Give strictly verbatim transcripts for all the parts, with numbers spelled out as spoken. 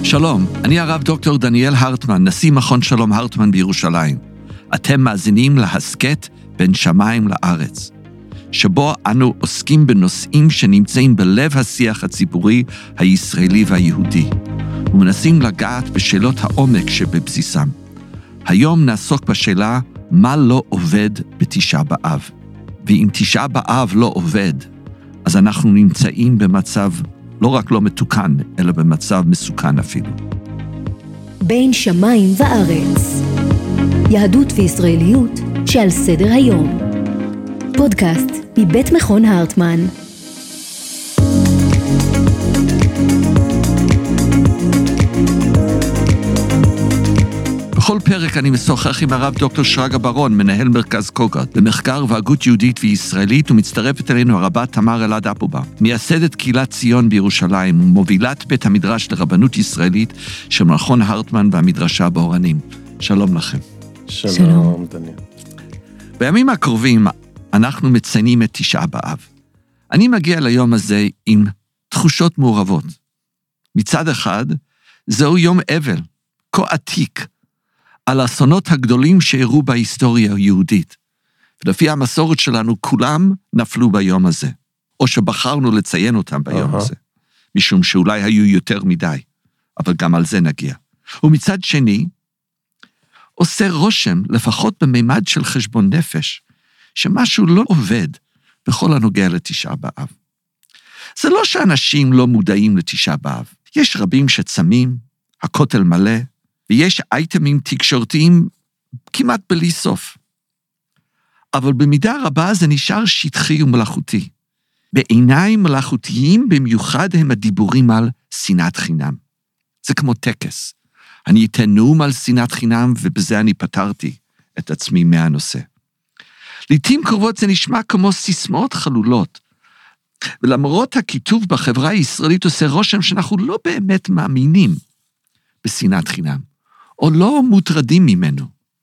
שלום, אני הרב דוקטור דניאל הרטמן, נשיא מכון שלום הרטמן בירושלים. אתם מאזינים להסכת בין שמיים לארץ, שבו אנו עוסקים בנושאים שנמצאים בלב השיח הציבורי הישראלי והיהודי, ומנסים לגעת בשאלות העומק שבבסיסם. היום נעסוק בשאלה מה לא עובד בתשעה באב. ואם תשעה באב לא עובד, אז אנחנו נמצאים במצב לא רק לא מתוקן, אלא במצב מסוכן אפילו. בין שמיים וארץ. יהדות וישראליות שעל סדר היום. פודקאסט מבית מכון הרטמן. בכל פרק אני משוחח עם הרב דוקטור שרגא ברון, מנהל מרכז קוגרד, למחקר והגות יהודית וישראלית, ומצטרפת אלינו הרבה תמר אלעד אפובה, מייסדת קהילת ציון בירושלים, ומובילת בית המדרש לרבנות ישראלית של מכון הרטמן והמדרשה באורנים. שלום לכם. שלום, שלום. דניאל. בימים הקרובים אנחנו מציינים את תשעה באב. אני מגיע ליום הזה עם תחושות מעורבות. מצד אחד, זהו יום אבל, כה עתיק, על האסונות הגדולים שאירעו בהיסטוריה היהודית. ולפי המסורת שלנו, כולם נפלו ביום הזה, או שבחרנו לציין אותם ביום uh-huh. הזה, משום שאולי היו יותר מדי, אבל גם על זה נגיע. ומצד שני, עושה רושם, לפחות בממד של חשבון נפש, שמשהו לא עובד בכל הנוגע לתשעה באב. זה לא שאנשים לא מודעים לתשעה באב. יש רבים שצמים, הכותל מלא, ויש אייטמים תקשורתיים כמעט בלי סוף. אבל במידה רבה זה נשאר שטחי ומלאכותי. בעיניים מלאכותיים במיוחד הם הדיבורים על שנאת חינם. זה כמו טקס. אני אתן נאום על שנאת חינם, ובזה אני פתרתי את עצמי מהנושא. לעתים קרובות זה נשמע כמו סיסמאות חלולות, ולמרות הכיתוב בחברה הישראלית עושה רושם שאנחנו לא באמת מאמינים בשנאת חינם, או לא מוטרדים ממנו.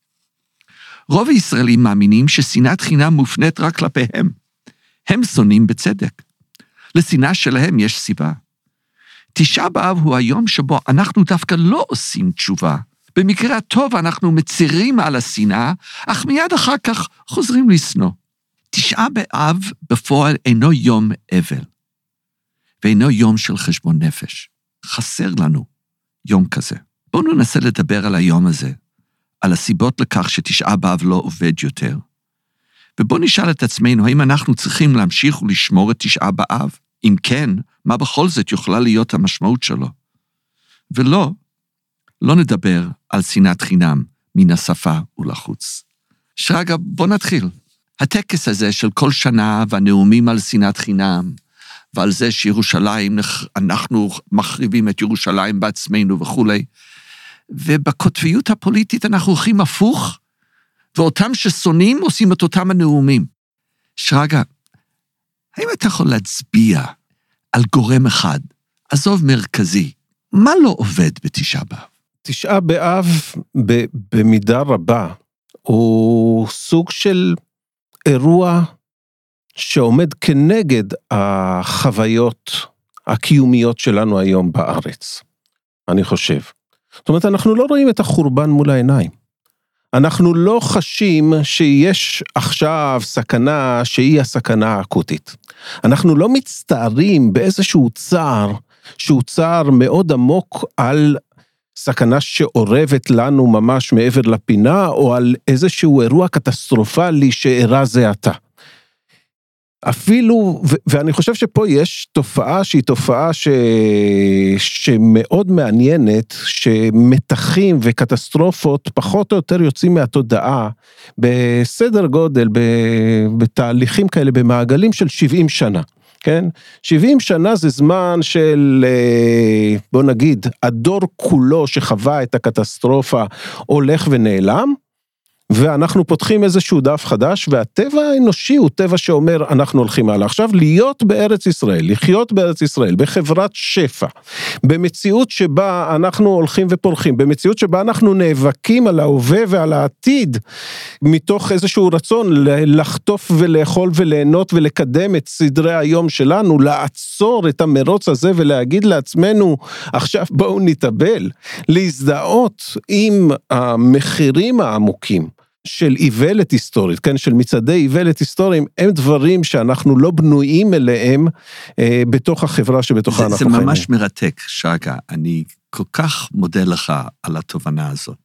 רוב הישראלים מאמינים ששנאת חינם מופנית רק כלפיהם. הם שונאים בצדק. לשנאה שלהם יש סיבה. תשעה באב הוא היום שבו אנחנו דווקא לא עושים תשובה. במקרה הטוב אנחנו מצירים על השנאה, אך מיד אחר כך חוזרים לשנוא. תשעה באב בפועל אינו יום אבל, ואינו יום של חשבון נפש. חסר לנו יום כזה. בואו ננסה לדבר על היום הזה, על הסיבות לכך שתשעה באב לא עובד יותר. ובואו נשאל את עצמנו, האם אנחנו צריכים להמשיך ולשמור את תשעה באב? אם כן, מה בכל זאת יכולה להיות המשמעות שלו? ולא, לא נדבר על שנאת חינם מן השפה ולחוץ. שרגא, בוא נתחיל. הטקס הזה של כל שנה והנאומים על שנאת חינם, ועל זה שירושלים, אנחנו מחריבים את ירושלים בעצמנו וכו'. ובקוטביות הפוליטית אנחנו הולכים הפוך, ואותם ששונאים עושים את אותם הנאומים. שרגא, האם אתה יכול להצביע על גורם אחד, עזוב מרכזי, מה לא עובד בתשעה באב? תשעה באב במידה רבה, הוא סוג של אירוע שעומד כנגד החוויות הקיומיות שלנו היום בארץ, אני חושב. זאת אומרת, אנחנו לא רואים את החורבן מול העיניים. אנחנו לא חשים שיש עכשיו סכנה שהיא הסכנה האקוטית. אנחנו לא מצטערים באיזשהו צער, שהוא צער מאוד עמוק על סכנה שעורבת לנו ממש מעבר לפינה, או על איזשהו אירוע קטסטרופלי שאירע זה עתה. אפילו, ו- ואני חושב שפה יש תופעה שהיא תופעה ש... שמאוד מעניינת, שמתחים וקטסטרופות פחות או יותר יוצאים מהתודעה, בסדר גודל, ב... בתהליכים כאלה, במעגלים של שבעים שנה. כן? שבעים שנה זה זמן של, בוא נגיד, הדור כולו שחווה את הקטסטרופה הולך ונעלם, ואנחנו פותחים איזשהו דף חדש, והטבע האנושי הוא טבע שאומר, אנחנו הולכים הלאה. עכשיו, להיות בארץ ישראל, לחיות בארץ ישראל, בחברת שפע, במציאות שבה אנחנו הולכים ופורחים, במציאות שבה אנחנו נאבקים על ההווה ועל העתיד, מתוך איזשהו רצון לחטוף ולאכול וליהנות ולקדם את סדרי היום שלנו, לעצור את המרוץ הזה ולהגיד לעצמנו, עכשיו בואו נתאבל, להזדהות עם המחירים העמוקים של איוולת היסטורית, כן, של מצעדי איוולת היסטוריים, הם דברים שאנחנו לא בנויים אליהם אה, בתוך החברה שבתוכה אנחנו חיים. זה ממש מרתק, שרגא, אני כל כך מודה לך על התובנה הזאת.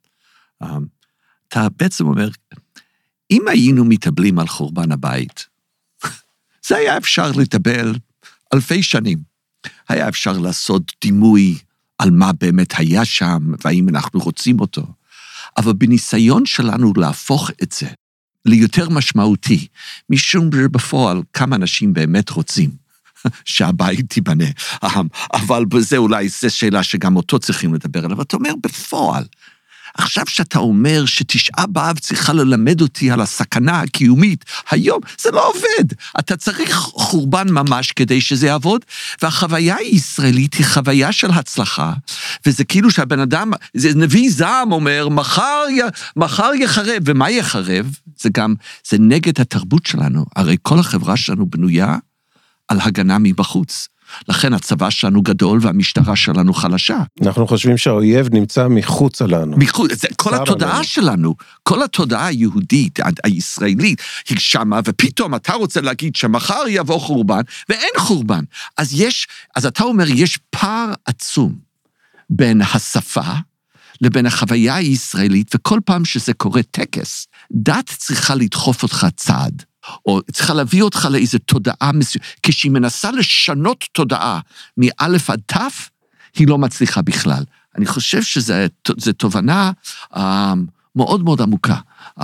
אתה בעצם אומר, אם היינו מתאבלים על חורבן הבית, זה היה אפשר להתאבל אלפי שנים. היה אפשר לעשות דימוי על מה באמת היה שם, והאם אנחנו רוצים אותו. אבל בניסיון שלנו להפוך את זה ליותר משמעותי, משום בפועל כמה אנשים באמת רוצים שהבית תיבנה. אבל זה אולי, זו שאלה שגם אותו צריכים לדבר עליו. אתה אומר בפועל, עכשיו שאתה אומר שתשעה באב צריכה ללמד אותי על הסכנה הקיומית, היום זה לא עובד. אתה צריך חורבן ממש כדי שזה יעבוד, והחוויה הישראלית היא חוויה של הצלחה, וזה כאילו שהבן אדם, זה נביא זעם אומר, מחר, מחר יחרב, ומה יחרב? זה גם, זה נגד התרבות שלנו, הרי כל החברה שלנו בנויה על הגנה מבחוץ. לכן הצבא שלנו גדול והמשטרה שלנו חלשה. אנחנו חושבים שהאויב נמצא מחוץ לנו. מחוץ, זה, כל התודעה לנו. שלנו, כל התודעה היהודית, הישראלית, היא שמה, ופתאום אתה רוצה להגיד שמחר יבוא חורבן, ואין חורבן. אז יש, אז אתה אומר, יש פער עצום בין השפה, לבין החוויה הישראלית, וכל פעם שזה קורה טקס, דת צריכה לדחוף אותך צעד. או צריכה להביא אותך לאיזו תודעה מסוימת, כשהיא מנסה לשנות תודעה מאלף עד תף, היא לא מצליחה בכלל. אני חושב שזו תובנה um, מאוד מאוד עמוקה. Um,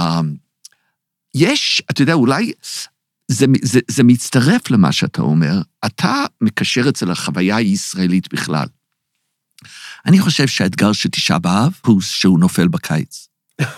יש, אתה יודע, אולי זה, זה, זה מצטרף למה שאתה אומר, אתה מקשר אצל החוויה הישראלית בכלל. אני חושב שהאתגר של תשעה באב הוא שהוא נופל בקיץ.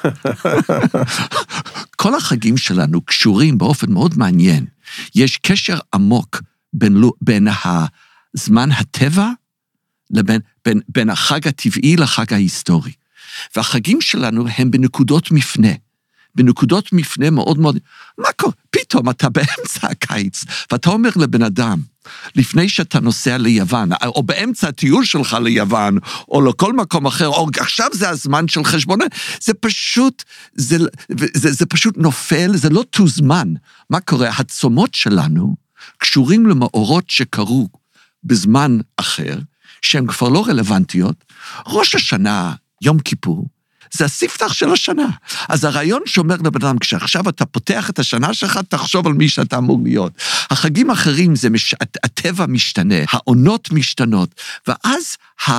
כל החגים שלנו קשורים באופן מאוד מעניין. יש קשר עמוק בין, בין הזמן הטבע לבין בין, בין החג הטבעי לחג ההיסטורי. והחגים שלנו הם בנקודות מפנה. בנקודות מפנה מאוד מאוד, מה קורה? פתאום אתה באמצע הקיץ, ואתה אומר לבן אדם, לפני שאתה נוסע ליוון, או באמצע הטיול שלך ליוון, או לכל מקום אחר, או עכשיו זה הזמן של חשבון, זה פשוט, זה, זה, זה פשוט נופל, זה לא תוזמן. מה קורה? הצומות שלנו קשורים למאורות שקרו בזמן אחר, שהן כבר לא רלוונטיות. ראש השנה, יום כיפור, זה הספתח של השנה. אז הרעיון שאומר לבן אדם, כשעכשיו אתה פותח את השנה שלך, תחשוב על מי שאתה אמור להיות. החגים האחרים, זה מש... הטבע משתנה, העונות משתנות, ואז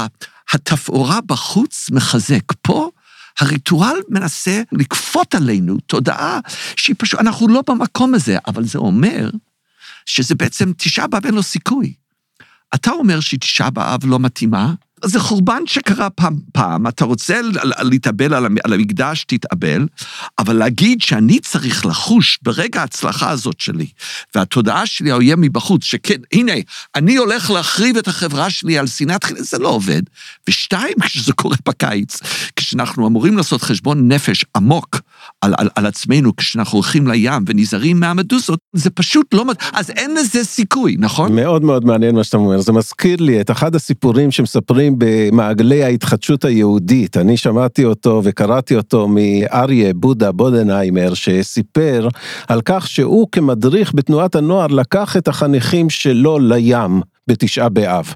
התפאורה בחוץ מחזק. פה הריטואל מנסה לקפות עלינו תודעה, שהיא פשוט, אנחנו לא במקום הזה, אבל זה אומר שזה בעצם תשעה באב אין לו סיכוי. אתה אומר שתשעה באב לא מתאימה, זה חורבן שקרה פעם פעם, אתה רוצה להתאבל על המקדש, תתאבל, אבל להגיד שאני צריך לחוש ברגע ההצלחה הזאת שלי, והתודעה שלי האויב מבחוץ, שכן, הנה, אני הולך להחריב את החברה שלי על שנאת חינם, זה לא עובד. ושתיים, כשזה קורה בקיץ, כשאנחנו אמורים לעשות חשבון נפש עמוק על, על, על עצמנו, כשאנחנו הולכים לים ונזהרים מהמדוסות, זה פשוט לא, אז אין לזה סיכוי, נכון? מאוד מאוד מעניין מה שאתה אומר, זה מזכיר לי את אחד הסיפורים שמספרים במעגלי ההתחדשות היהודית. אני שמעתי אותו וקראתי אותו מאריה בודה בודנהיימר, שסיפר על כך שהוא כמדריך בתנועת הנוער לקח את החניכים שלו לים בתשעה באב.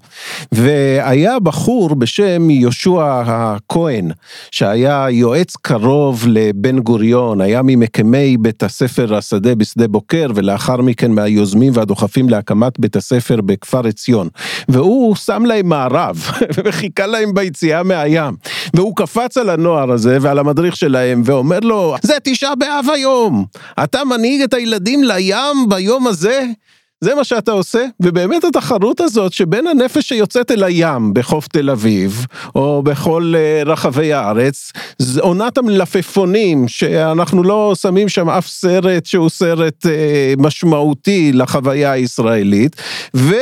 והיה בחור בשם יהושע הכהן, שהיה יועץ קרוב לבן גוריון, היה ממקמי בית הספר השדה בשדה בוקר, ולאחר מכן מהיוזמים והדוחפים להקמת בית הספר בכפר עציון. והוא שם להם מערב, וחיכה להם ביציאה מהים. והוא קפץ על הנוער הזה ועל המדריך שלהם, ואומר לו, זה תשעה באב היום, אתה מנהיג את הילדים לים ביום הזה? זה מה שאתה עושה, ובאמת התחרות הזאת שבין הנפש שיוצאת אל הים בחוף תל אביב, או בכל רחבי הארץ, זה עונת המלפפונים, שאנחנו לא שמים שם אף סרט שהוא סרט משמעותי לחוויה הישראלית, ו...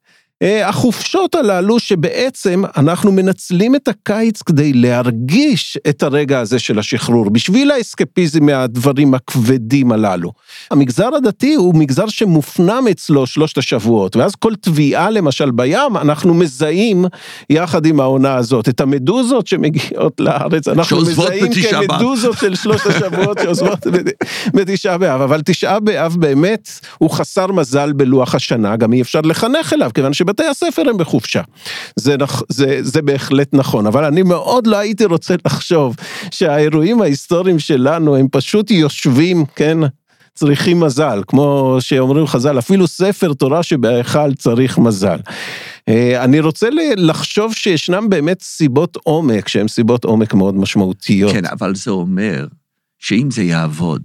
החופשות הללו שבעצם אנחנו מנצלים את הקיץ כדי להרגיש את הרגע הזה של השחרור, בשביל האסקפיזם מהדברים הכבדים הללו. המגזר הדתי הוא מגזר שמופנם אצלו שלושת השבועות, ואז כל תביעה למשל בים, אנחנו מזהים יחד עם העונה הזאת, את המדוזות שמגיעות לארץ, אנחנו מזהים כמדוזות של שלושת השבועות שעוזבות בתשעה באב, אבל תשעה באב באמת הוא חסר מזל בלוח השנה, גם אי אפשר לחנך אליו, כיוון ש בתי הספר הם בחופשה. זה, זה, זה בהחלט נכון, אבל אני מאוד לא הייתי רוצה לחשוב שהאירועים ההיסטוריים שלנו הם פשוט יושבים, כן, צריכים מזל, כמו שאומרים חז"ל, אפילו ספר תורה שבהיכל צריך מזל. אני רוצה לחשוב שישנם באמת סיבות עומק, שהן סיבות עומק מאוד משמעותיות. כן, אבל זה אומר שאם זה יעבוד,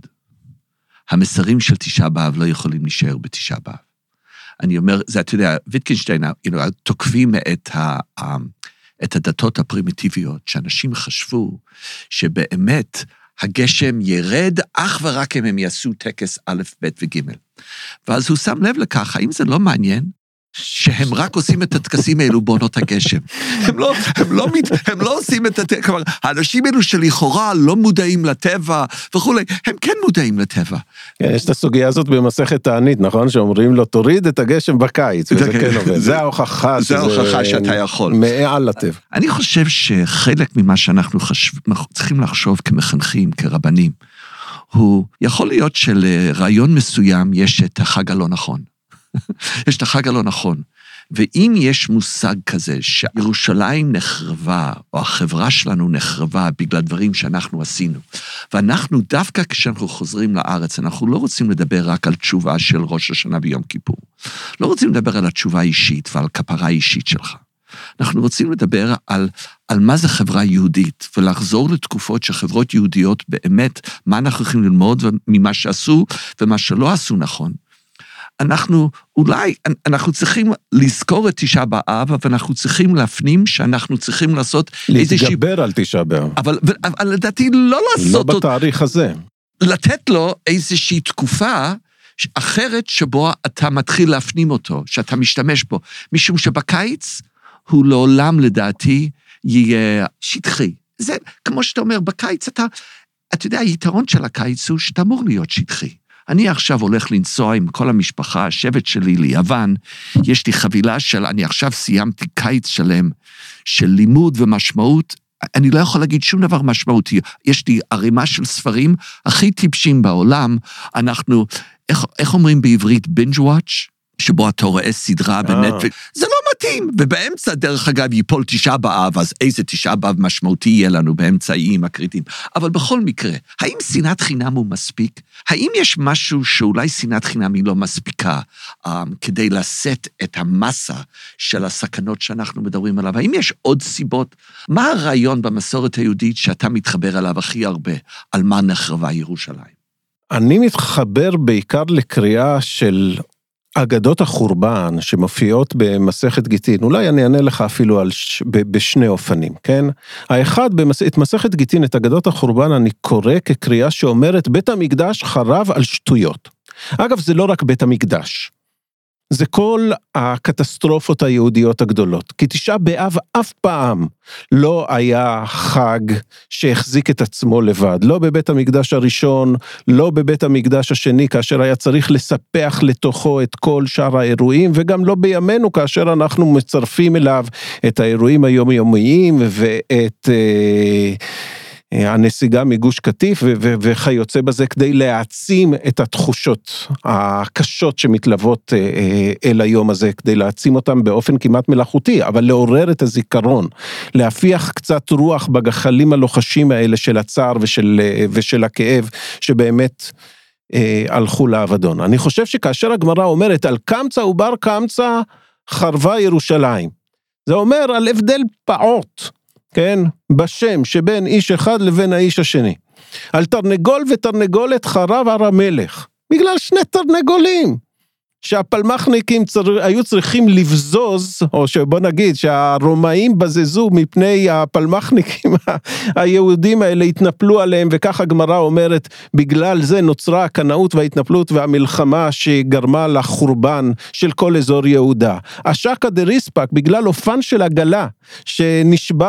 המסרים של תשעה באב לא יכולים להישאר בתשעה באב. אני אומר, זה, אתה יודע, ויטקנשטיין, you know, תוקפים את, ה, את הדתות הפרימיטיביות, שאנשים חשבו שבאמת הגשם ירד, אך ורק אם הם יעשו טקס א', ב' וג'. ואז הוא שם לב לכך, האם זה לא מעניין? שהם רק עושים את הטקסים האלו בעונות הגשם. הם לא, הם לא, הם לא עושים את הטקס, כלומר, האנשים האלו שלכאורה לא מודעים לטבע וכו', הם כן מודעים לטבע. יש את הסוגיה הזאת במסכת תענית, נכון? שאומרים לו, תוריד את הגשם בקיץ, וזה כן עובד. זה ההוכחה. זה ההוכחה שאתה יכול. מעל לטבע. אני חושב שחלק ממה שאנחנו צריכים לחשוב כמחנכים, כרבנים, הוא יכול להיות שלרעיון מסוים יש את החג הלא נכון. יש את החג הלא נכון, ואם יש מושג כזה שירושלים נחרבה, או החברה שלנו נחרבה בגלל דברים שאנחנו עשינו, ואנחנו דווקא כשאנחנו חוזרים לארץ, אנחנו לא רוצים לדבר רק על תשובה של ראש השנה ביום כיפור, לא רוצים לדבר על התשובה האישית ועל כפרה האישית שלך, אנחנו רוצים לדבר על, על מה זה חברה יהודית, ולחזור לתקופות שחברות יהודיות באמת, מה אנחנו יכולים ללמוד ממה שעשו ומה שלא עשו נכון, אנחנו, אולי, אנחנו צריכים לזכור את תשעה באב, אבל אנחנו צריכים להפנים שאנחנו צריכים לעשות איזושהי... להתגבר על תשעה באב. אבל, אבל לדעתי לא לעשות... לא בתאריך הזה. לתת לו איזושהי תקופה אחרת שבו אתה מתחיל להפנים אותו, שאתה משתמש בו, משום שבקיץ הוא לעולם לדעתי יהיה שטחי. זה כמו שאתה אומר, בקיץ אתה, אתה יודע, היתרון של הקיץ הוא שאתה אמור להיות שטחי. אני עכשיו הולך לנסוע עם כל המשפחה, השבט שלי ליוון, יש לי חבילה של, אני עכשיו סיימתי קיץ שלם, של לימוד ומשמעות, אני לא יכול להגיד שום דבר משמעותי, יש לי ערימה של ספרים, הכי טיפשים בעולם, אנחנו, איך, איך אומרים בעברית, binge watch? שבו אתה רואה סדרה בנטפליקס, זה לא מתאים, ובאמצע דרך אגב ייפול תשעה באב, אז איזה תשעה באב משמעותי יהיה לנו באמצעים הקריטיים, אבל בכל מקרה, האם שנאת חינם הוא מספיק? האם יש משהו שאולי שנאת חינם היא לא מספיקה, um, כדי לשאת את המסה של הסכנות שאנחנו מדברים עליו? האם יש עוד סיבות? מה הרעיון במסורת היהודית שאתה מתחבר עליו הכי הרבה, על מה נחרבה ירושלים? אני מתחבר בעיקר לקריאה של אגדות החורבן שמופיעות במסכת גיטין, אולי אני אענה לך אפילו על ש... ב... בשני אופנים, כן? האחד, במס... את מסכת גיטין, את אגדות החורבן, אני קורא כקריאה שאומרת, בית המקדש חרב על שטויות. אגב, זה לא רק בית המקדש. זה כל הקטסטרופות היהודיות הגדולות. כי תשעה באב אף פעם לא היה חג שהחזיק את עצמו לבד. לא בבית המקדש הראשון, לא בבית המקדש השני, כאשר היה צריך לספח לתוכו את כל שאר האירועים, וגם לא בימינו, כאשר אנחנו מצרפים אליו את האירועים היומיומיים, ואת... אה, הנסיגה מגוש קטיף וכיוצא בזה כדי להעצים את התחושות הקשות שמתלוות אל היום הזה, כדי להעצים אותם באופן כמעט מלאכותי, אבל לעורר את הזיכרון, להפיח קצת רוח בגחלים הלוחשים האלה של הצער ושל, ושל הכאב שבאמת הלכו לאבדון. אני חושב שכאשר הגמרא אומרת על קמצא ובר קמצא חרבה ירושלים, זה אומר על הבדל פעוט, כן, בשם שבין איש אחד לבין האיש השני. על תרנגול ותרנגולת חרב הר המלך, בגלל שני תרנגולים, שהפלמחניקים צר... היו צריכים לבזוז, או שבוא נגיד שהרומאים בזזו מפני הפלמחניקים היהודים האלה, התנפלו עליהם, וכך הגמרא אומרת, בגלל זה נוצרה הקנאות וההתנפלות והמלחמה שגרמה לחורבן של כל אזור יהודה. השקה דריספק, בגלל אופן של הגלה, שנשבר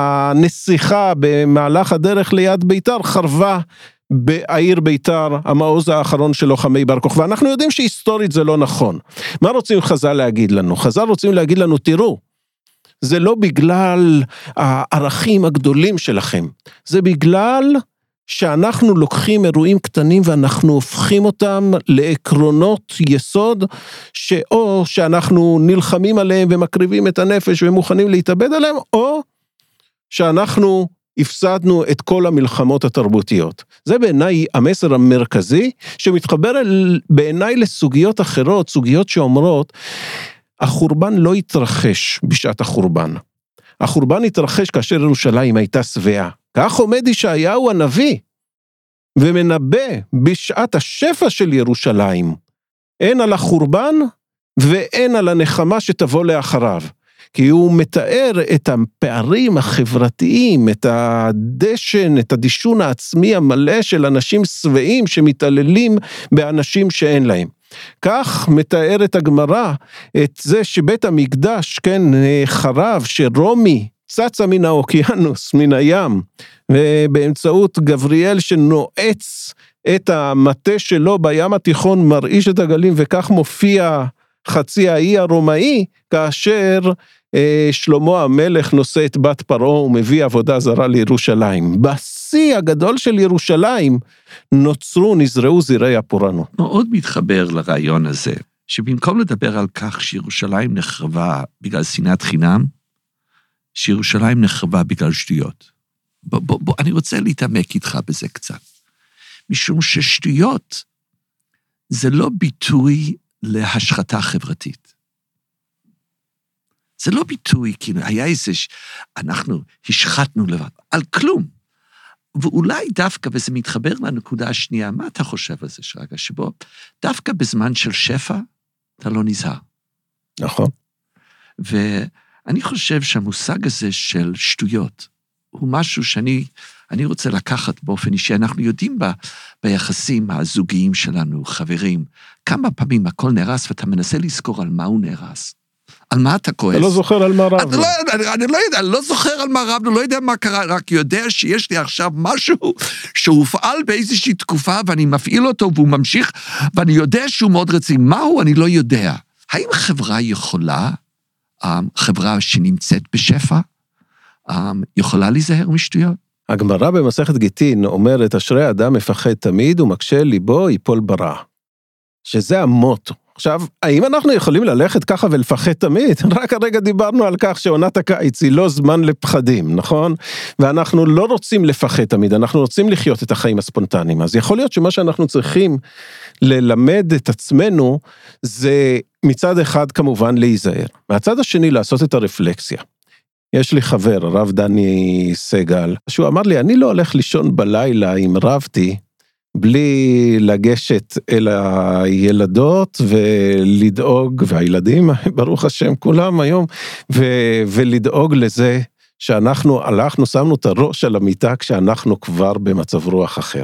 לנסיכה במהלך הדרך ליד ביתר, חרבה בעיר ביתר, המעוז האחרון של לוחמי בר כוכבא. ואנחנו יודעים שהיסטורית זה לא נכון. מה רוצים חז"ל להגיד לנו? חז"ל רוצים להגיד לנו, תראו, זה לא בגלל הערכים הגדולים שלכם, זה בגלל שאנחנו לוקחים אירועים קטנים ואנחנו הופכים אותם לעקרונות יסוד, שאו שאנחנו נלחמים עליהם ומקריבים את הנפש ומוכנים להתאבד עליהם, או שאנחנו הפסדנו את כל המלחמות התרבותיות. זה בעיניי המסר המרכזי, שמתחבר בעיניי לסוגיות אחרות, סוגיות שאומרות, החורבן לא יתרחש בשעת החורבן. החורבן יתרחש כאשר ירושלים הייתה שבעה. כך עומד ישעיהו הנביא, ומנבא בשעת השפע של ירושלים, אין על החורבן ואין על הנחמה שתבוא לאחריו. כי הוא מתאר את הפערים החברתיים, את הדשן, את הדישון העצמי המלא של אנשים שבעים שמתעללים באנשים שאין להם. כך מתארת הגמרא את זה שבית המקדש, כן, חרב, שרומי צצה מן האוקיינוס, מן הים, ובאמצעות גבריאל שנועץ את המטה שלו בים התיכון, מרעיש את הגלים, וכך מופיע חצי האי הרומאי, כאשר אה, שלמה המלך נושא את בת פרעה ומביא עבודה זרה לירושלים. בשיא הגדול של ירושלים נוצרו, נזרעו זרעי הפורענות. מאוד מתחבר לרעיון הזה, שבמקום לדבר על כך שירושלים נחרבה בגלל שנאת חינם, שירושלים נחרבה בגלל שטויות. בוא, בוא, בוא, אני רוצה להתעמק איתך בזה קצת. משום ששטויות זה לא ביטוי להשחתה חברתית. זה לא ביטוי, כי היה איזה, אנחנו השחטנו לבד, על כלום. ואולי דווקא, וזה מתחבר לנקודה השנייה, מה אתה חושב על זה שרגע, שבו דווקא בזמן של שפע, אתה לא נזהר. נכון. ואני חושב שהמושג הזה של שטויות, הוא משהו שאני אני רוצה לקחת באופן אישי, אנחנו יודעים ב, ביחסים הזוגיים שלנו, חברים, כמה פעמים הכל נרס, ואתה מנסה לזכור על מה הוא נרס. על מה אתה כועס? אתה לא זוכר על מה רבנו. לא, אני, אני לא יודע, אני לא זוכר על מה רבנו, לא יודע מה קרה, רק יודע שיש לי עכשיו משהו שהופעל באיזושהי תקופה, ואני מפעיל אותו, והוא ממשיך, ואני יודע שהוא מאוד רציני. מהו? אני לא יודע. האם חברה יכולה, חברה שנמצאת בשפע, יכולה להיזהר משטויות? הגמרא במסכת גיטין אומרת, אשרי אדם מפחד תמיד ומקשה ליבו ייפול ברע. שזה המוטו. עכשיו, האם אנחנו יכולים ללכת ככה ולפחד תמיד? רק הרגע דיברנו על כך שעונת הקיץ היא לא זמן לפחדים, נכון? ואנחנו לא רוצים לפחד תמיד, אנחנו רוצים לחיות את החיים הספונטניים. אז יכול להיות שמה שאנחנו צריכים ללמד את עצמנו, זה מצד אחד כמובן להיזהר. מהצד השני לעשות את הרפלקסיה. יש לי חבר, הרב דני סגל, שהוא אמר לי, אני לא הולך לישון בלילה עם רבתי, בלי לגשת אל הילדות ולדאוג, והילדים, ברוך השם, כולם היום, ו- ולדאוג לזה שאנחנו הלכנו, שמנו את הראש על המיטה, כשאנחנו כבר במצב רוח אחר.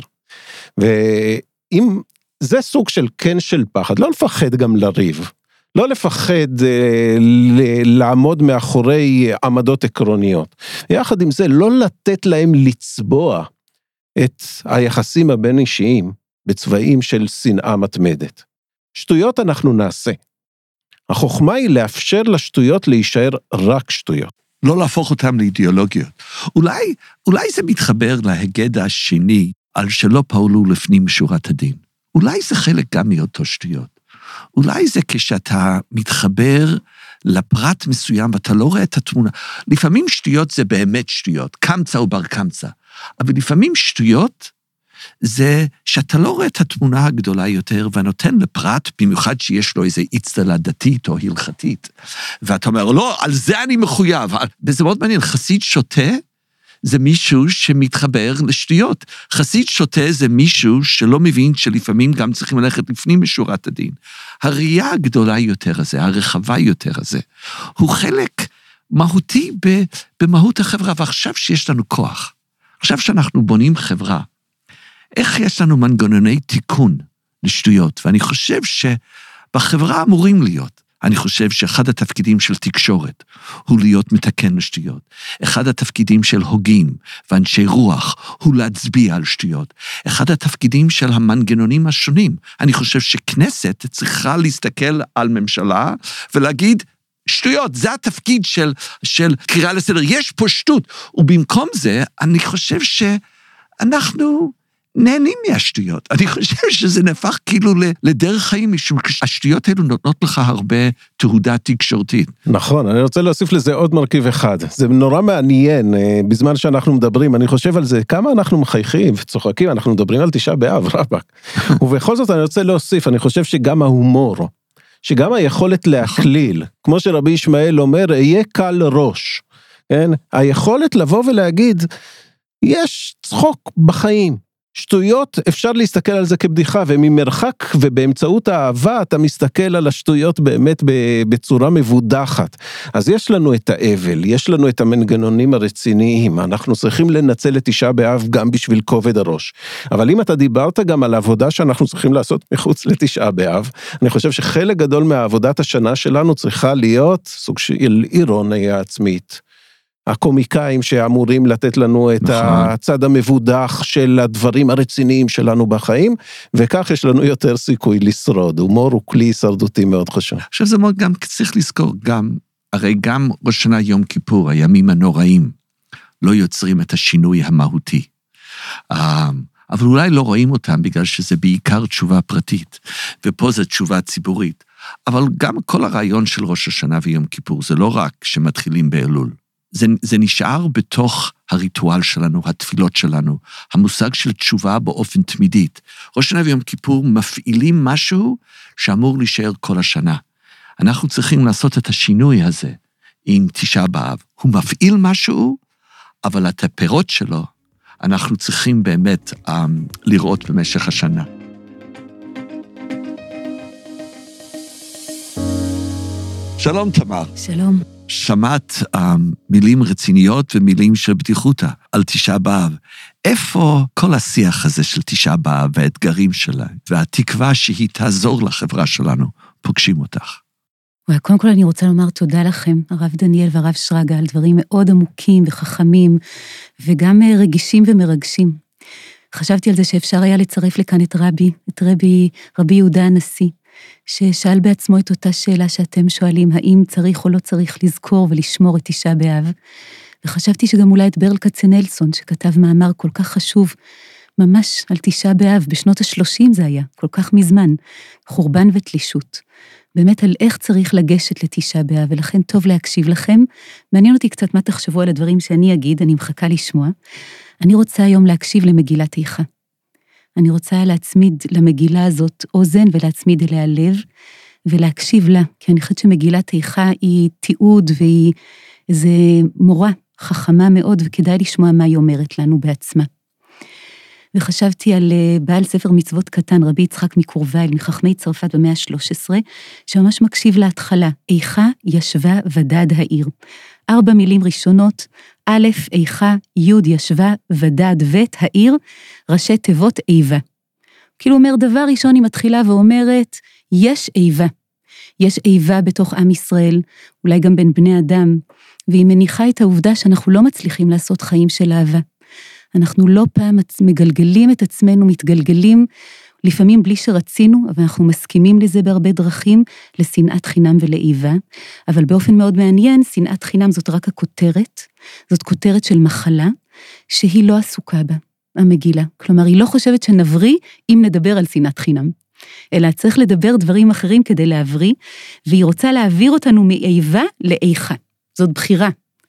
ואם זה סוג של כן של פחד, לא לפחד גם לריב, לא לפחד אה, ל- לעמוד מאחורי עמדות עקרוניות. יחד עם זה, לא לתת להם לצבוע את היחסים הבין אישיים בצבעים של שנאה מתמדת. שטויות אנחנו נעשה. החוכמה היא לאפשר לשטויות להישאר רק שטויות. לא להפוך אותם לאידיאולוגיות. אולי, אולי זה מתחבר להגד השני על שלא פעלו לפנים משורת הדין. אולי זה חלק גם מאותו שטויות. אולי זה כשאתה מתחבר לפרט מסוים ואתה לא רואה את התמונה. לפעמים שטויות זה באמת שטויות, קמצא ובר קמצא. אבל לפעמים שטויות זה שאתה לא רואה את התמונה הגדולה יותר, ונותן לפרט, במיוחד שיש לו איזו אצטלה דתית או הלכתית, ואתה אומר, לא, על זה אני מחויב. וזה מאוד מעניין, חסיד שוטה, זה מישהו שמתחבר לשטויות. חסיד שוטה זה מישהו שלא מבין שלפעמים גם צריכים ללכת לפנים משורת הדין. הראייה הגדולה יותר הזה, הרחבה יותר הזה, הוא חלק מהותי במהות החברה, ועכשיו שיש לנו כוח, עכשיו שאנחנו בונים חברה, איך יש לנו מנגנוני תיקון לשטויות, ואני חושב שבחברה אמורים להיות, אני חושב שאחד התפקידים של תקשורת הוא להיות מתקן לשטויות. אחד התפקידים של הוגים ואנשי רוח הוא להצביע על שטויות. אחד התפקידים של המנגנונים השונים, אני חושב שכנסת צריכה להסתכל על ממשלה ולהגיד, שטויות, זה התפקיד של, של קריאה לסדר, יש פה שטות, ובמקום זה אני חושב שאנחנו נהנים מהשטויות. אני חושב שזה נהפך כאילו לדרך חיים, משום השטויות האלו נותנות לך הרבה תהודה תקשורתית. נכון, אני רוצה להוסיף לזה עוד מרכיב אחד. זה נורא מעניין, בזמן שאנחנו מדברים, אני חושב על זה, כמה אנחנו מחייכים וצוחקים, אנחנו מדברים על תשעה באב, רבק. ובכל זאת אני רוצה להוסיף, אני חושב שגם ההומור, שגם היכולת להכליל, כמו שרבי ישמעאל אומר, יהיה קל ראש. כן? היכולת לבוא ולהגיד, יש צחוק בחיים. שטויות, אפשר להסתכל על זה כבדיחה, וממרחק ובאמצעות האהבה, אתה מסתכל על השטויות באמת בצורה מבודחת. אז יש לנו את האבל, יש לנו את המנגנונים הרציניים, אנחנו צריכים לנצל את תשעה באב גם בשביל כובד הראש. אבל אם אתה דיברת גם על העבודה שאנחנו צריכים לעשות מחוץ לתשעה באב, אני חושב שחלק גדול מהעבודת השנה שלנו צריכה להיות סוג של אירוניה עצמית. הקומיקאים שאמורים לתת לנו את הצד המבודח של הדברים הרציניים שלנו בחיים, וכך יש לנו יותר סיכוי לשרוד. הומור הוא כלי הישרדותי מאוד חשוב. עכשיו זה מאוד גם צריך לזכור, גם, הרי גם ראש שנה יום כיפור, הימים הנוראים, לא יוצרים את השינוי המהותי. אבל אולי לא רואים אותם, בגלל שזה בעיקר תשובה פרטית, ופה זה תשובה ציבורית. אבל גם כל הרעיון של ראש השנה ויום כיפור, זה לא רק שמתחילים באלול. זה, זה נשאר בתוך הריטואל שלנו, התפילות שלנו, המושג של תשובה באופן תמידית. ראש שנה ויום כיפור מפעילים משהו שאמור להישאר כל השנה. אנחנו צריכים לעשות את השינוי הזה עם תשעה באב. הוא מפעיל משהו, אבל את הפירות שלו אנחנו צריכים באמת um, לראות במשך השנה. שלום תמר. שלום. שמעת um, מילים רציניות ומילים של בדיחותה על תשעה באב. איפה כל השיח הזה של תשעה באב והאתגרים שלה, והתקווה שהיא תעזור לחברה שלנו, פוגשים אותך? קודם כל אני רוצה לומר תודה לכם, הרב דניאל והרב שרגא, על דברים מאוד עמוקים וחכמים, וגם רגישים ומרגשים. חשבתי על זה שאפשר היה לצרף לכאן את רבי, את רבי, רבי יהודה הנשיא, ששאל בעצמו את אותה שאלה שאתם שואלים, האם צריך או לא צריך לזכור ולשמור את תשעה באב, וחשבתי שגם אולי את ברל כצנלסון, שכתב מאמר כל כך חשוב, ממש על תשעה באב, בשנות השלושים זה היה, כל כך מזמן, חורבן ותלישות, באמת על איך צריך לגשת לתשעה באב, ולכן טוב להקשיב לכם, מעניין אותי קצת מה תחשבו על הדברים שאני אגיד, אני מחכה לשמוע, אני רוצה היום להקשיב למגילת איכה, אני רוצה להצמיד למגילה הזאת אוזן ולהצמיד אליה לב, ולהקשיב לה, כי אני חושבת שמגילת איכה היא תיעוד והיא איזו מורה חכמה מאוד, וכדאי לשמוע מה היא אומרת לנו בעצמה. וחשבתי על בעל ספר מצוות קטן, רבי יצחק מקורווייל, מחכמי צרפת במאה ה-שלוש עשרה, שממש מקשיב להתחלה, איכה ישבה ודד העיר. ארבע מילים ראשונות, א', איכה, י' ישבה ודד ו' העיר, ראשי תיבות איבה. כאילו אומר דבר ראשון היא מתחילה ואומרת, יש איבה. יש איבה בתוך עם ישראל, אולי גם בין בני אדם, והיא מניחה את העובדה שאנחנו לא מצליחים לעשות חיים של אהבה. אנחנו לא פעם מגלגלים את עצמנו, מתגלגלים, לפעמים בלי שרצינו, אבל אנחנו מסכימים לזה בהרבה דרכים, לשנאת חינם ולאיבה, אבל באופן מאוד מעניין, שנאת חינם זאת רק הכותרת, זאת כותרת של מחלה, שהיא לא עסוקה בה, המגילה. כלומר, היא לא חושבת שנבריא אם נדבר על שנאת חינם, אלא צריך לדבר דברים אחרים כדי להבריא, והיא רוצה להעביר אותנו מאיבה לאיכה. זאת בחירה.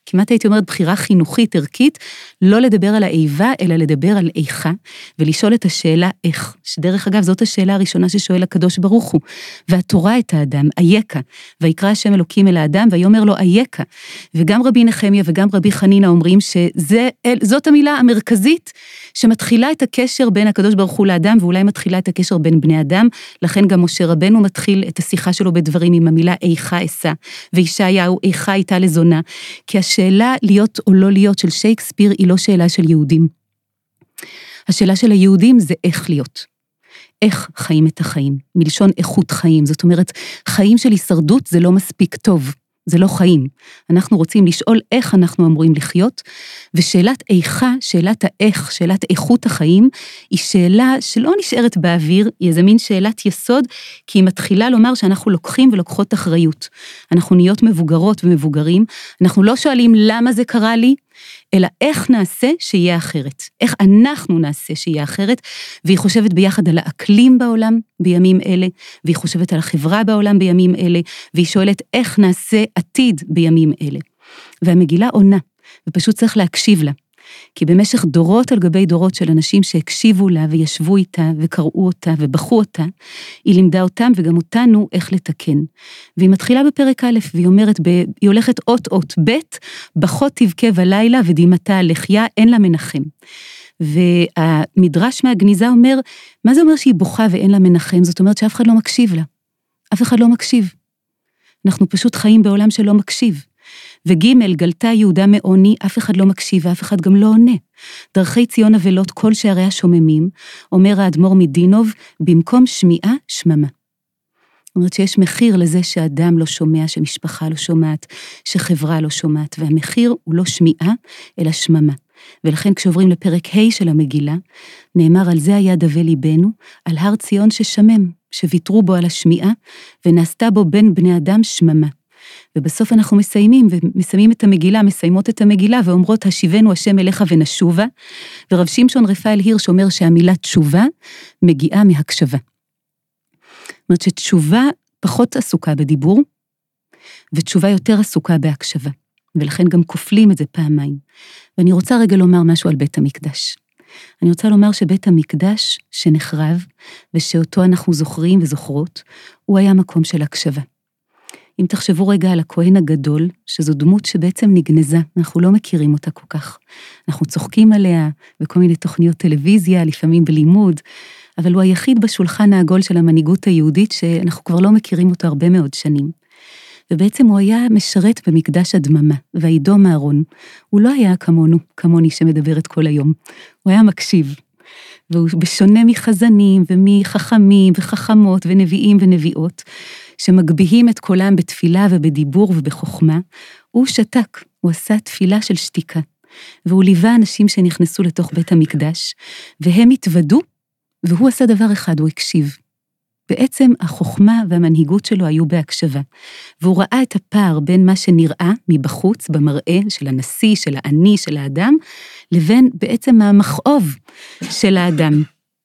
כמעט הייתי אומרת בחירה חינוכית, ערכית, לא לדבר על האיבה, אלא לדבר על איכה, ולשאול את השאלה איך. שדרך אגב, זאת השאלה הראשונה ששואל הקדוש ברוך הוא. והתורה את האדם, אייכה, ויקרא השם אלוקים אל האדם, ויאמר לו אייכה. וגם רבי נחמיה וגם רבי חנינה אומרים שזאת המילה המרכזית, שמתחילה את הקשר בין הקדוש ברוך הוא לאדם, ואולי מתחילה את הקשר בין בני אדם, לכן גם משה רבנו מתחיל את השיחה שלו בדברים עם המילה איכה אשא, וישעיהו איכה הייתה לזונה, כי השאלה להיות או לא להיות של שייקספיר היא לא שאלה של יהודים. השאלה של היהודים זה איך להיות. איך חיים את החיים, מלשון איכות חיים, זאת אומרת, חיים של הישרדות זה לא מספיק טוב, זה לא חיים. אנחנו רוצים לשאול איך אנחנו אמורים לחיות, ושאלת איכה, שאלת האיך, שאלת איכות החיים, היא שאלה שלא נשארת באוויר, היא איזה מין שאלת יסוד, כי היא מתחילה לומר שאנחנו לוקחים ולוקחות אחריות. אנחנו נהיות מבוגרות ומבוגרים, אנחנו לא שואלים למה זה קרה לי, אלא איך נעשה שיהיה אחרת, איך אנחנו נעשה שיהיה אחרת, והיא חושבת ביחד על האקלים בעולם בימים אלה, והיא חושבת על החברה בעולם בימים אלה, והיא שואלת איך נעשה עתיד בימים אלה. והמגילה עונה, ופשוט צריך להקשיב לה, כי במשך דורות על גבי דורות של אנשים שהקשיבו לה וישבו איתה וקראו אותה ובחו אותה, היא לימדה אותם וגם אותנו איך לתקן. והיא מתחילה בפרק א' והיא אומרת, ב... היא הולכת אות אות ב', בחות תבכה בלילה ודימתה לחיה, אין לה מנחם. והמדרש מהגניזה אומר, מה זה אומר שהיא בוכה ואין לה מנחם? זאת אומרת שאף אחד לא מקשיב לה. אף אחד לא מקשיב. אנחנו פשוט חיים בעולם שלא מקשיב. וג' גלתה יהודה מעוני, אף אחד לא מקשיב ואף אחד גם לא עונה. דרכי ציון אבלות כל שערי השוממים, אומר האדמו"ר מדינוב, במקום שמיעה, שממה. זאת אומרת שיש מחיר לזה שאדם לא שומע, שמשפחה לא שומעת, שחברה לא שומעת, והמחיר הוא לא שמיעה, אלא שממה. ולכן כשעוברים לפרק ה' של המגילה, נאמר על זה היה דווה ליבנו, על הר ציון ששמם, שוויתרו בו על השמיעה, ונעשתה בו בין בני אדם שממה. ובסוף אנחנו מסיימים, ומסיימים את המגילה, מסיימות את המגילה, ואומרות, השיבנו השם אליך ונשובה, ורב שמשון רפאל הירש אומר שהמילה תשובה, מגיעה מהקשבה. זאת אומרת שתשובה פחות עסוקה בדיבור, ותשובה יותר עסוקה בהקשבה, ולכן גם כופלים את זה פעמיים. ואני רוצה רגע לומר משהו על בית המקדש. אני רוצה לומר שבית המקדש שנחרב, ושאותו אנחנו זוכרים וזוכרות, הוא היה מקום של הקשבה. אם תחשבו רגע על הכהן הגדול, שזו דמות שבעצם נגנזה, אנחנו לא מכירים אותה כל כך. אנחנו צוחקים עליה בכל מיני תוכניות טלוויזיה, לפעמים בלימוד, אבל הוא היחיד בשולחן העגול של המנהיגות היהודית, שאנחנו כבר לא מכירים אותו הרבה מאוד שנים. ובעצם הוא היה משרת במקדש הדממה, והעידו מארון. הוא לא היה כמונו, כמוני שמדברת כל היום. הוא היה מקשיב. והוא בשונה מחזנים ומחכמים וחכמות ונביאים ונביאות, שמגביהים את קולם בתפילה ובדיבור ובחוכמה, הוא שתק, הוא עשה תפילה של שתיקה, והוא ליווה אנשים שנכנסו לתוך בית המקדש, והם התוודו, והוא עשה דבר אחד, הוא הקשיב. בעצם החוכמה והמנהיגות שלו היו בהקשבה, והוא ראה את הפער בין מה שנראה מבחוץ, במראה של הנשיא, של העני, של האדם, לבין בעצם המכאוב של האדם.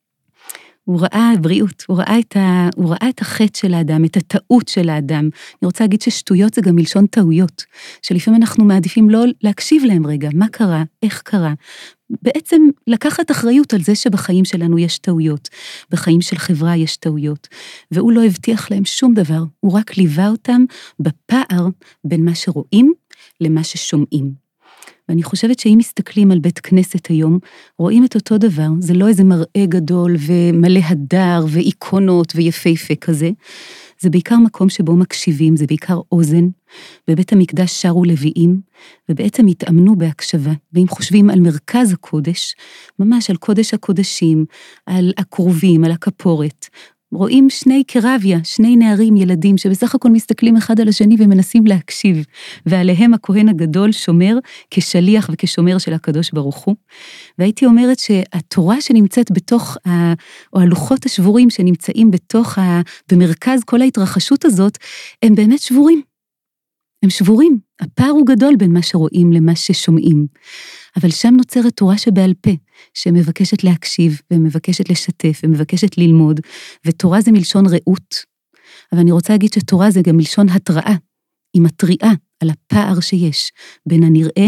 הוא ראה בריאות, הוא ראה, את ה, הוא ראה את החטא של האדם, את הטעות של האדם. אני רוצה להגיד ששטויות זה גם מלשון טעויות, שלפעמים אנחנו מעדיפים לא להקשיב להם רגע, מה קרה, איך קרה. בעצם לקחת אחריות על זה שבחיים שלנו יש טעויות, בחיים של חברה יש טעויות, והוא לא הבטיח להם שום דבר, הוא רק ליווה אותם בפער בין מה שרואים למה ששומעים. ואני חושבת שאם מסתכלים על בית כנסת היום, רואים את אותו דבר, זה לא איזה מראה גדול ומלא הדר ואיקונות ויפהפה כזה, זה בעיקר מקום שבו מקשיבים, זה בעיקר אוזן, בבית המקדש שרו לוויים, ובעצם התאמנו בהקשבה, ואם חושבים על מרכז הקודש, ממש על קודש הקודשים, על הקרובים, על הכפורת, רואים שני קרביה, שני נערים, ילדים, שבסך הכל מסתכלים אחד על השני ומנסים להקשיב, ועליהם הכהן הגדול שומר כשליח וכשומר של הקדוש ברוך הוא. והייתי אומרת שהתורה שנמצאת בתוך, ה, או הלוחות השבורים שנמצאים בתוך, ה, במרכז כל ההתרחשות הזאת, הם באמת שבורים. הם שבורים. הפער הוא גדול בין מה שרואים למה ששומעים. אבל שם נוצרת תורה שבעל פה, שמבקשת להקשיב, ומבקשת לשתף, ומבקשת ללמוד, ותורה זה מלשון ראות, אבל אני רוצה להגיד שתורה זה גם מלשון התראה, היא מתריעה על הפער שיש בין הנראה,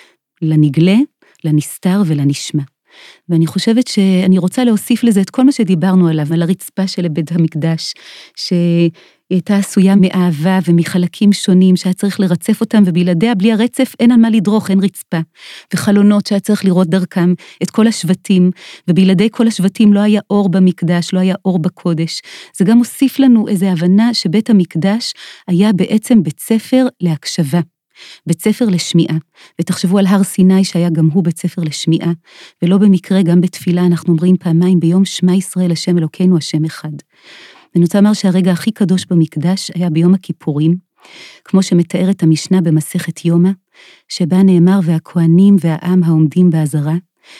לנגלה, לנסתר ולנשמע. ואני חושבת שאני רוצה להוסיף לזה את כל מה שדיברנו עליו, על הרצפה של בית המקדש, שהיא הייתה עשויה מאהבה ומחלקים שונים, שהיה צריך לרצף אותם, ובלעדיה, בלי הרצף, אין על מה לדרוך, אין רצפה. וחלונות שהיה צריך לראות דרכם את כל השבטים, ובלעדי כל השבטים לא היה אור במקדש, לא היה אור בקודש. זה גם הוסיף לנו איזו הבנה שבית המקדש היה בעצם בית ספר להקשבה. בית ספר לשמיעה, ותחשבו על הר סיני שהיה גם הוא בית ספר לשמיעה, ולא במקרה גם בתפילה אנחנו אומרים פעמיים ביום שמע ישראל השם אלוקינו השם אחד. ואני רוצה לומר שהרגע הכי קדוש במקדש היה ביום הכיפורים, כמו שמתארת המשנה במסכת יומא, שבה נאמר והכהנים והעם העומדים בעזרה,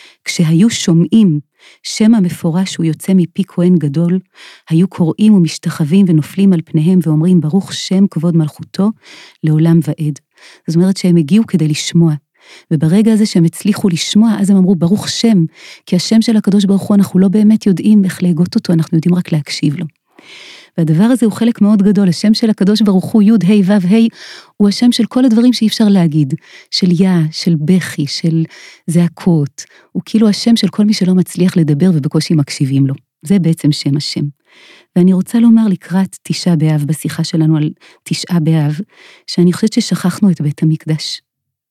כשהיו שומעים שם המפורש שהוא יוצא מפי כהן גדול, היו קוראים ומשתחווים ונופלים על פניהם ואומרים ברוך שם כבוד מלכותו לעולם ועד. זאת אומרת שהם הגיעו כדי לשמוע, וברגע הזה שהם הצליחו לשמוע, אז הם אמרו ברוך שם, כי השם של הקדוש ברוך הוא אנחנו לא באמת יודעים איך להגות אותו, אנחנו יודעים רק להקשיב לו. והדבר הזה הוא חלק מאוד גדול, השם של הקדוש ברוך הוא י' ה' ו' ה', הוא השם של כל הדברים שאי אפשר להגיד, של יא, של בכי, של זעקות, הוא כאילו השם של כל מי שלא מצליח לדבר ובקושי מקשיבים לו, זה בעצם שם השם. ואני רוצה לומר לקראת תשעה באב, בשיחה שלנו על תשעה באב, שאני חושבת ששכחנו את בית המקדש.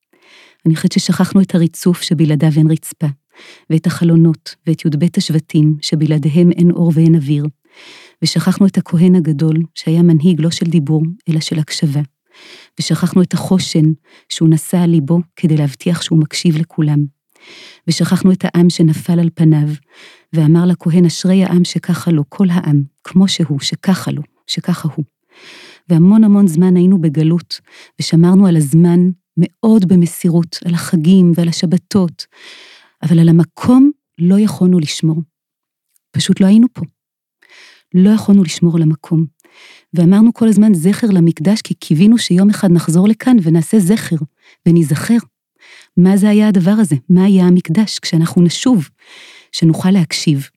אני חושבת ששכחנו את הריצוף שבלעדיו אין רצפה, ואת החלונות, ואת י"ב השבטים שבלעדיהם אין אור ואין אוויר, ושכחנו את הכהן הגדול שהיה מנהיג לא של דיבור, אלא של הקשבה, ושכחנו את החושן שהוא נשא על ליבו כדי להבטיח שהוא מקשיב לכולם, ושכחנו את העם שנפל על פניו, ואמר לכהן אשרי העם שככה לו, כל העם, כמו שהוא, שככה לו, שככה הוא. והמון המון זמן היינו בגלות, ושמרנו על הזמן מאוד במסירות, על החגים ועל השבתות, אבל על המקום לא יכולנו לשמור. פשוט לא היינו פה. לא יכולנו לשמור על המקום. ואמרנו כל הזמן זכר למקדש, כי קיווינו שיום אחד נחזור לכאן ונעשה זכר, ונזכר. מה זה היה הדבר הזה? מה היה המקדש כשאנחנו נשוב, שנוכל להקשיב?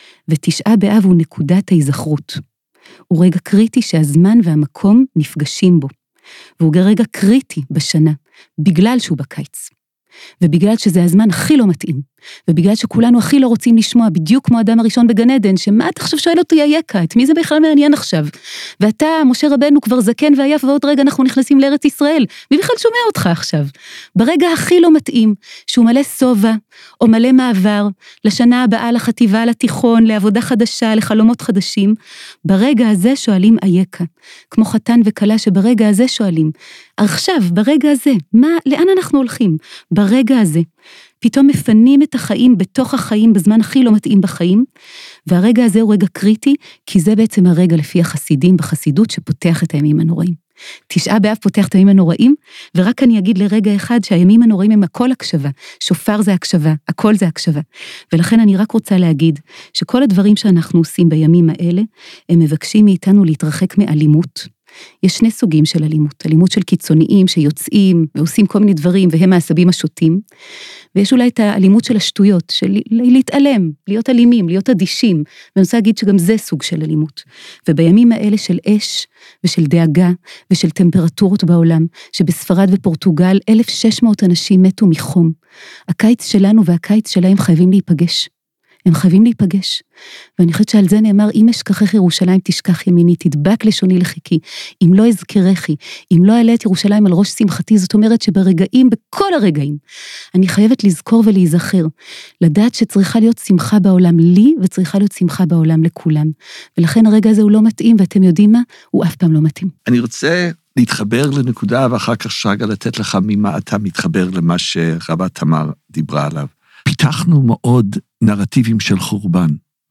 ותשעה באב הוא נקודת ההיזכרות. הוא רגע קריטי שהזמן והמקום נפגשים בו. והוא רגע קריטי בשנה, בגלל שהוא בקיץ. ובגלל שזה הזמן הכי לא מתאים, ובגלל שכולנו הכי לא רוצים לשמוע, בדיוק כמו האדם הראשון בגן עדן, שמה אתה עכשיו שואל אותי היקה, את מי זה בכלל מעניין עכשיו? ואתה, משה רבנו, כבר זקן ועייף, ועוד רגע אנחנו נכנסים לארץ ישראל, מי בכלל שומע אותך עכשיו? ברגע הכי לא מתאים, שהוא מלא סובה, או מלא מעבר, לשנה הבאה, לחטיבה, לתיכון, לעבודה חדשה, לחלומות חדשים, ברגע הזה שואלים היקה, כמו חתן וכלה שברגע הזה שואלים, עכשיו, ברגע הזה, מה, לאן אנחנו הולכים? ברגע הזה, פתאום מפנים את החיים בתוך החיים, בזמן הכי לא מתאים בחיים, והרגע הזה הוא רגע קריטי, כי זה בעצם הרגע לפי החסידים בחסידות, שפותח את הימים הנוראים. תשעה באב פותח את הימים הנוראים, ורק אני אגיד לרגע אחד, שהימים הנוראים הם הכל הקשבה, שופר זה הקשבה, הכל זה הקשבה, ולכן אני רק רוצה להגיד, שכל הדברים שאנחנו עושים בימים האלה, הם מבקשים מאיתנו להתרחק מאלימות, יש שני סוגים של אלימות, אלימות של קיצוניים שיוצאים ועושים כל מיני דברים והם העשבים השוטים, ויש אולי את האלימות של השטויות, של להתעלם, להיות אלימים, להיות אדישים, ואני רוצה להגיד שגם זה סוג של אלימות. ובימים האלה של אש ושל דאגה ושל טמפרטורות בעולם, שבספרד ופורטוגל אלף ושש מאות אנשים מתו מחום, הקיץ שלנו והקיץ שלהם חייבים להיפגש. הם חייבים להיפגש, ואני חושבת שעל זה נאמר, אם אשכחך ירושלים תשכח ימיני, תדבק לשוני לחיקי, אם לא אזכרכי, אם לא אעלה את ירושלים על ראש שמחתי, זאת אומרת שברגעים, בכל הרגעים, אני חייבת לזכור ולהיזכר, לדעת שצריכה להיות שמחה בעולם לי, וצריכה להיות שמחה בעולם לכולם, ולכן הרגע הזה הוא לא מתאים, ואתם יודעים מה? הוא אף פעם לא מתאים. אני רוצה להתחבר לנקודה, ואחר כך שרגע לתת לך ממה אתה מתחבר למה שרבה תמר דיברה עליו. פיתחנו מאוד נרטיבים של חורבן.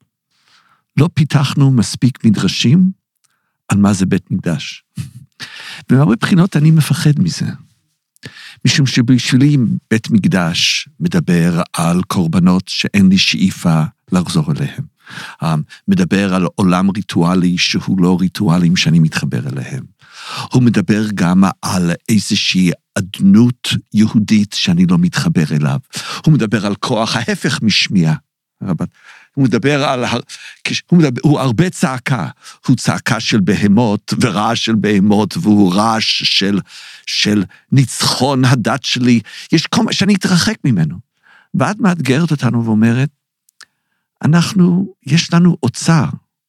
לא פיתחנו מספיק מדרשים על מה זה בית מקדש. ומהרבה בחינות אני מפחד מזה. משום שבשבילי בית מקדש מדבר על קורבנות שאין לי שאיפה לחזור אליהם. מדבר על עולם ריטואלי שהוא לא ריטואלים שאני מתחבר אליהם. הוא מדבר גם על איזושהי אדנות יהודית שאני לא מתחבר אליו. הוא מדבר על כוח ההפך משמיעה. הוא מדבר על, הוא, מדבר, הוא הרבה צעקה, הוא צעקה של בהמות ורעש של בהמות, והוא רעש של, של ניצחון הדת שלי, יש כל מה שאני אתרחק ממנו. ואת מאתגרת אותנו ואומרת, אנחנו, יש לנו אוצר,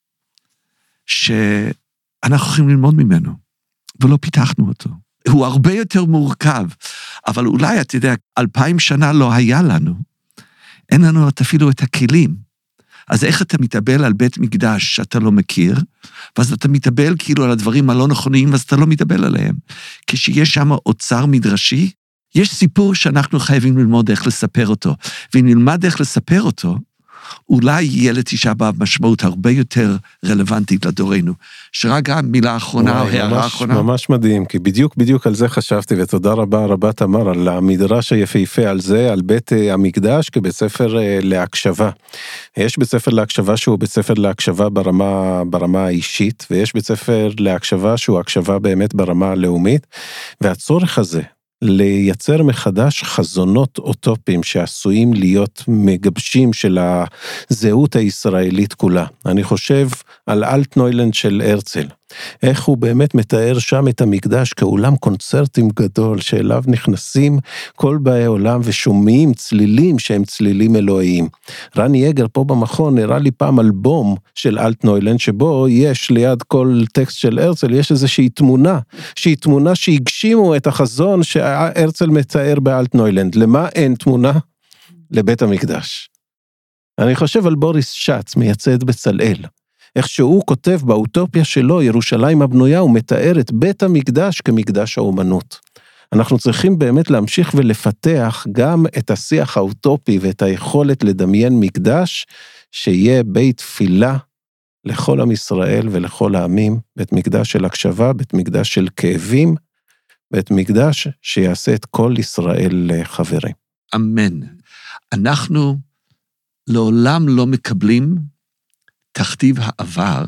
שאנחנו יכולים ללמוד ממנו, ולא פיתחנו אותו. הוא הרבה יותר מורכב, אבל אולי, אתה יודע, אלפיים שנה לא היה לנו, אין לנו אפילו את הכלים. אז איך אתה מתאבל על בית מקדש שאתה לא מכיר, ואז אתה מתאבל כאילו על הדברים הלא נכונים, ואז אתה לא מתאבל עליהם. כשיש שם אוצר מדרשי, יש סיפור שאנחנו חייבים ללמוד איך לספר אותו, ואם נלמד איך לספר אותו, אולי יהיה לתשעה באב משמעות הרבה יותר רלוונטית לדורנו. שרגע, מילה אחרונה או הערה האחרונה. ממש מדהים, כי בדיוק בדיוק על זה חשבתי, ותודה רבה רבה תמר, על המדרש היפהפה על זה, על בית המקדש, כבית ספר להקשבה. יש בית ספר להקשבה שהוא בית ספר להקשבה ברמה, ברמה האישית, ויש בית ספר להקשבה שהוא הקשבה באמת ברמה הלאומית, והצורך הזה, לייצר מחדש חזונות אוטופיים שעשויים להיות מגבשים של הזהות הישראלית כולה. אני חושב על אלטנוילנד של הרצל, איך הוא באמת מתאר שם את המקדש כאולם קונצרטים גדול, שאליו נכנסים כל באי עולם ושומעים צלילים שהם צלילים אלוהיים. רני יגר פה במכון הראה לי פעם אלבום של אלטנוילנד, שבו יש ליד כל טקסט של הרצל, יש איזושהי תמונה, שהיא תמונה שהגשימו את החזון שהרצל מתאר באלטנוילנד. למה אין תמונה? לבית המקדש. אני חושב על בוריס שץ, מייצד בצלאל. איך שהוא כותב באוטופיה שלו, ירושלים הבנויה, הוא מתאר את בית המקדש כמקדש האומנות. אנחנו צריכים באמת להמשיך ולפתח גם את השיח האוטופי ואת היכולת לדמיין מקדש, שיהיה בית תפילה לכל עם ישראל ולכל העמים, בית מקדש של הקשבה, בית מקדש של כאבים, בית מקדש שיעשה את כל ישראל חברים. אמן. אנחנו לעולם לא מקבלים תכתיב העבר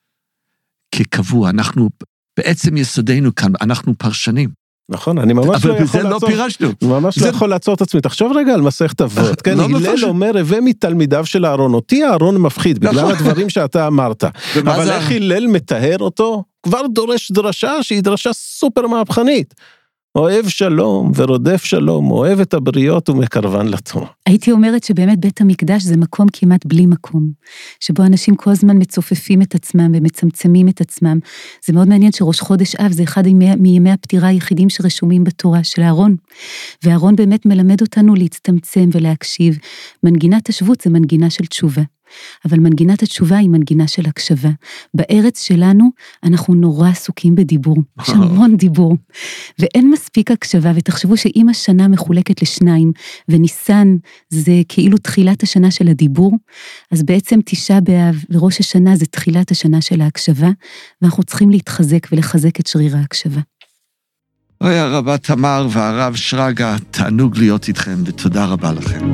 כקבוע. אנחנו, בעצם יסודנו כאן, אנחנו פרשנים. נכון, אני ממש לא יכול לעצור. אבל בזה לא פירשנו. ממש לא יכול לעצור את עצמי. תחשוב רגע על מסכת אבות. כן, הלל אומר, הווה מתלמידיו של הארון. אותי הארון מפחיד, בגלל הדברים שאתה אמרת. אבל איך הלל מתאר אותו? כבר דורש דרשה שהיא דרשה סופר מהפכנית. אוהב שלום ורודף שלום, אוהב את הבריות ומקרבן לטוב. הייתי אומרת שבאמת בית המקדש זה מקום כמעט בלי מקום, שבו אנשים כל הזמן מצופפים את עצמם ומצמצמים את עצמם. זה מאוד מעניין שראש חודש אב זה אחד מימי הפטירה היחידים שרשומים בתורה של הארון, והארון באמת מלמד אותנו להצטמצם ולהקשיב. מנגינת השבות זה מנגינה של תשובה. אבל מנגינת התשובה היא מנגינה של הקשבה. בארץ שלנו אנחנו נורא עסוקים בדיבור, יש המון דיבור, ואין מספיק הקשבה, ותחשבו שאם השנה מחולקת לשניים, וניסן זה כאילו תחילת השנה של הדיבור, אז בעצם תשעה באב וראש השנה זה תחילת השנה של ההקשבה, ואנחנו צריכים להתחזק ולחזק את שריר ההקשבה. אוי הרבה תמר והרב שרגא, תענוג להיות איתכם, ותודה רבה לכם.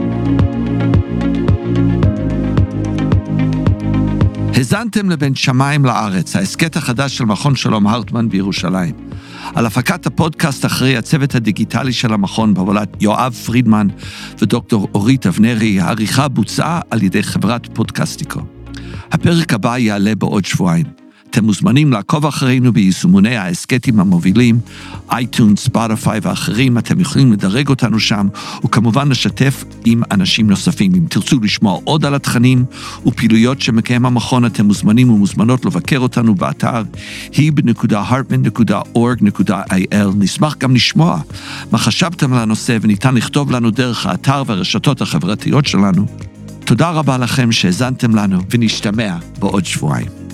הזנתם לבין שמיים לארץ, ההסקט החדש של מכון שלום הרטמן בירושלים. על הפקת הפודקאסט אחרי הצוות הדיגיטלי של המכון בהובלת יואב פרידמן ודוקטור אורית אבנרי, העריכה בוצעה על ידי חברת פודקאסטיקו. הפרק הבא יעלה בעוד שבועיים. אתם מוזמנים לעקוב אחרינו ביישומוני ההסקטים המובילים, אייטונס, ספוטיפיי ואחרים, אתם יכולים לדרג אותנו שם, וכמובן לשתף עם אנשים נוספים. אם תרצו לשמוע עוד על התכנים ופעילויות שמקיים המכון, אתם מוזמנים ומוזמנות לבקר אותנו באתר היב נקודה הרטמן נקודה אורג נקודה איי אל. נשמח גם לשמוע מה חשבתם על הנושא, וניתן לכתוב לנו דרך האתר והרשתות החברתיות שלנו. תודה רבה לכם שהזנתם לנו, ונשתמע בעוד שבועיים.